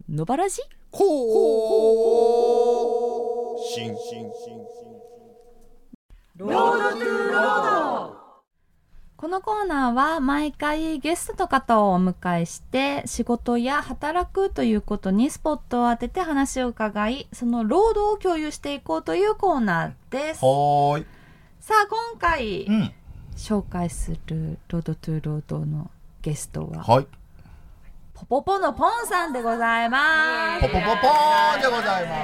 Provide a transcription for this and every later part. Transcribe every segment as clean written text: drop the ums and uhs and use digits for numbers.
野原寺こうしんロードトゥーロード。このコーナーは毎回ゲストの方をお迎えして仕事や働くということにスポットを当てて話を伺い、その労働を共有していこうというコーナーです。 はーい。 さあ今回、紹介するロードトゥーロードのゲストは、 はい。 ポポポのポンさんでございます。 ポポポポーンでございます。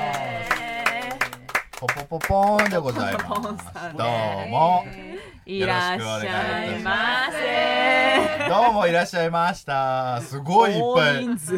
ポポポポーンでございます。どうも。 いらっしゃいませ。 どうもいらっしゃいました。すごいいっぱい。 大人数。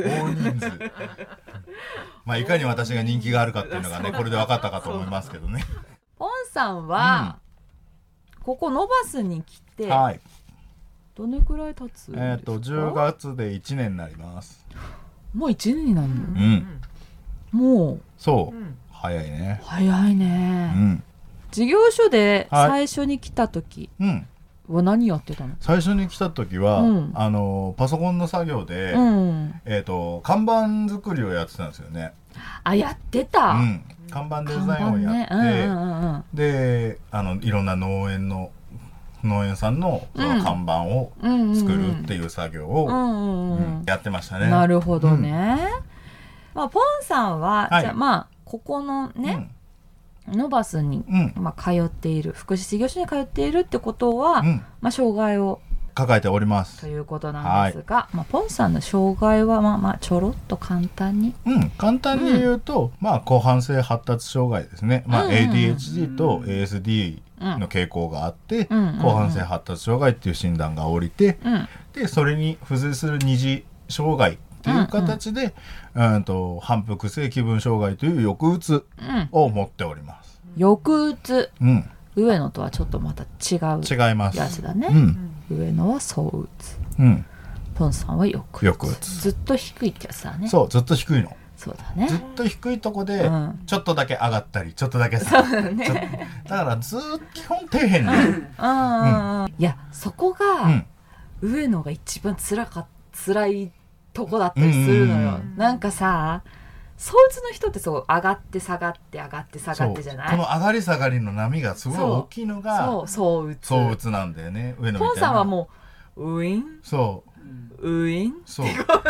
まあいかに私が人気があるかっていうのがね、これで分かったかと思いますけどね。 ポンさんは、ここノバスに来て、 はい。 どのくらい経つんですか 10月で1年になります。 もう1年になるの、もうそう、早いね。 早いね、事業所で最初に来た時は何やってたの？ 最初に来た時は、パソコンの作業で、看板作りをやってたんですよね。 あ、やってた、 看板デザインをやって、でいろんな農園さんのその看板を作るっていう作業をやってましたね。 なるほどね。まあ、ポンさんは、じゃあまあここのね、ノバスに、通っている、福祉事業所に通っているってことは、まあ、障害を抱えておりますということなんですが、まあ、ポンさんの障害はまあちょろっと簡単に、 簡単に言うと、まあ広汎性発達障害ですね。まあ ADHD と ASD の傾向があって、広汎性発達障害っていう診断が下りて、でそれに付随する二次障害っていう形で、反復性気分障害という抑うつを持っております。 抑うつ、上野とはちょっとまた違いますやつだね。上野は躁うつ、ポンさんは抑うつ。ずっと低いってやつだね。 そう、ずっと低いの。 そうだね。 ずっと低いとこで、ちょっとだけ上がったりちょっとだけ下がったり、だからずっと基本底辺に、 いやそこが、上野が一番辛いとこだったりするのよ。なんかさ、躁うつの人ってそう上がって下がって上がって下がってじゃない？ この上がり下がりの波がすごい大きいのが躁うつなんだよね。上野みたいな。 ポンさんはもうウィン、ウィン、 そう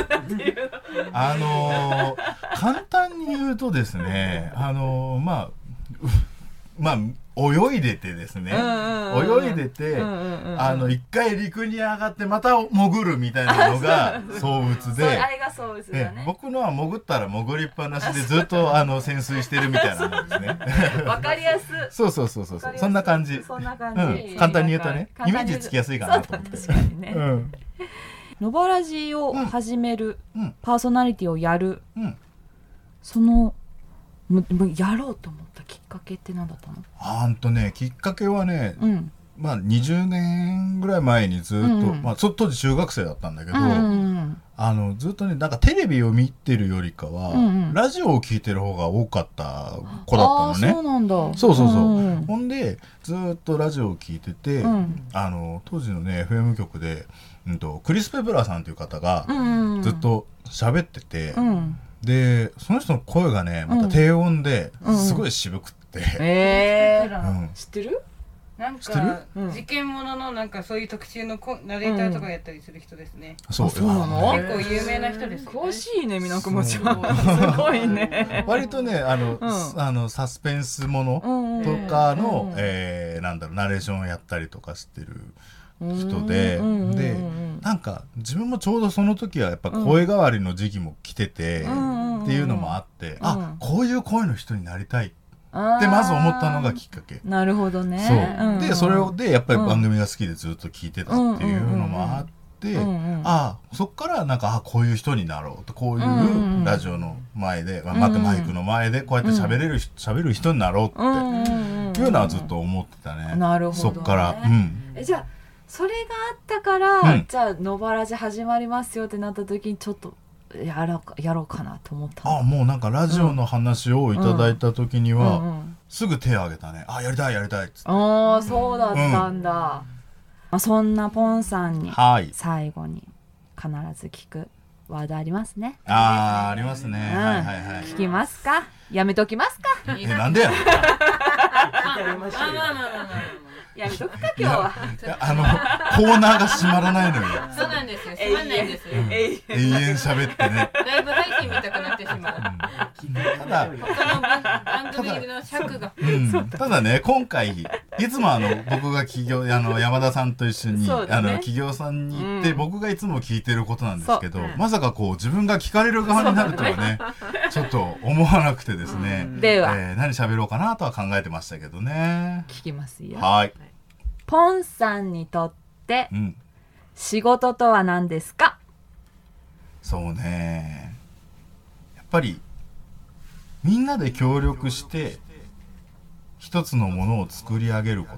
簡単に言うとですね、まあ泳いでてですね、泳いでて一回陸に上がってまた潜るみたいなのが躁うつで、 あれが躁うつだね。 僕のは潜ったら潜りっぱなしでずっと潜水してるみたいなもんですね。 わかりやす。 そうそんな感じ。 そんな感じ。 簡単に言うとね、イメージつきやすいかなと思って。 確かにね。野原寺を始める、パーソナリティをやる、そのやろうと思ったきっかけって何だったの？ きっかけはね、まあ20年ぐらい前にずっと、当時中学生だったんだけど、ずっとね、なんかテレビを見てるよりかは、ラジオを聞いてる方が多かった子だったのね。 そうなんだ。 そう。ほんでずっとラジオを聞いてて、当時のね FM 局で、クリス・ペプラーさんという方がずっと喋ってて、でその人の声がねまた低音ですごい渋くって、 知ってる？ なんか事件もののなんかそういう特集のナレーターとかやったりする人ですね。 そうなの？ 結構有名な人です。 詳しいね、みなくもちゃん。すごいね。 割とねサスペンスものとかのナレーションをやったりとかしてる人で、なんか自分もちょうどその時はやっぱ声変わりの時期も来ててっていうのもあって、こういう声の人になりたいってまず思ったのがきっかけ。 なるほどね。 そうでそれでやっぱり番組が好きでずっと聞いてたっていうのもあって、そっからなんかこういう人になろうと、こういうラジオの前でまたマイクの前でこうやって喋る人になろうっていうのはずっと思ってたね。 なるほどね。 そっから、 じゃあそれがあったから、じゃあ野原寺始まりますよってなった時にちょっとやろうかなと思ったの。 もうなんかラジオの話をいただいた時には、すぐ手を挙げたね。やりたいっつって。 そうだったんだ。そんなポンさんに最後に必ず聞くワードありますね。 ありますね。はいはいはい。 聞きますか？やめときますか？ なんでや。 やめとくか今日は。 コーナーが閉まらないのよ。 そうなんですよ。閉まんないんですよ。 永遠喋ってね。 ライブ配信見たくなってしまう。 ただこの番組の尺が。 ただね、今回いつも僕が山田さんと一緒に企業さんに行って僕がいつも聞いてることなんですけど、まさかこう自分が聞かれる側になるとはね、ちょっと思わなくてですね。 では何喋ろうかなとは考えてましたけどね。 聞きますよ。 はい。 ポンさんにとって仕事とは何ですか？ そうね、やっぱりみんなで協力して一つのものを作り上げること。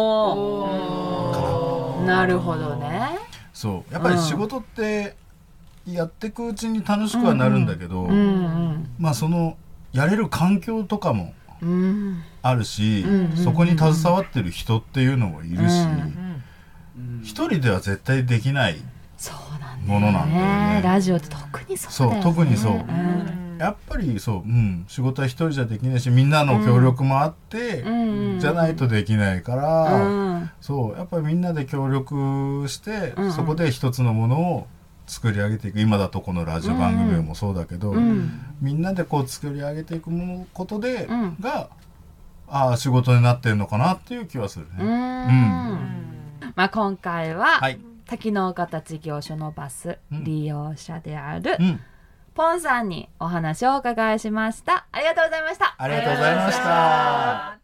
おー、なるほどね。 そう、やっぱり仕事ってやっていくうちに楽しくはなるんだけど、まあそのやれる環境とかもあるし、そこに携わってる人っていうのもいるし、一人では絶対できないものなんだよね。 ラジオって特にそうだよね。 そう、特にそう。やっぱりそう、仕事は一人じゃできないし、みんなの協力もあって、じゃないとできないから、そうやっぱりみんなで協力して、そこで一つのものを作り上げていく。今だとこのラジオ番組もそうだけど、みんなでこう作り上げていくことで、が仕事になってるのかなっていう気はするね。 まあ今回は、 はい、 多機能型事業所のバス利用者である、ポンさんにお話をお伺いしました。ありがとうございました。 ありがとうございました。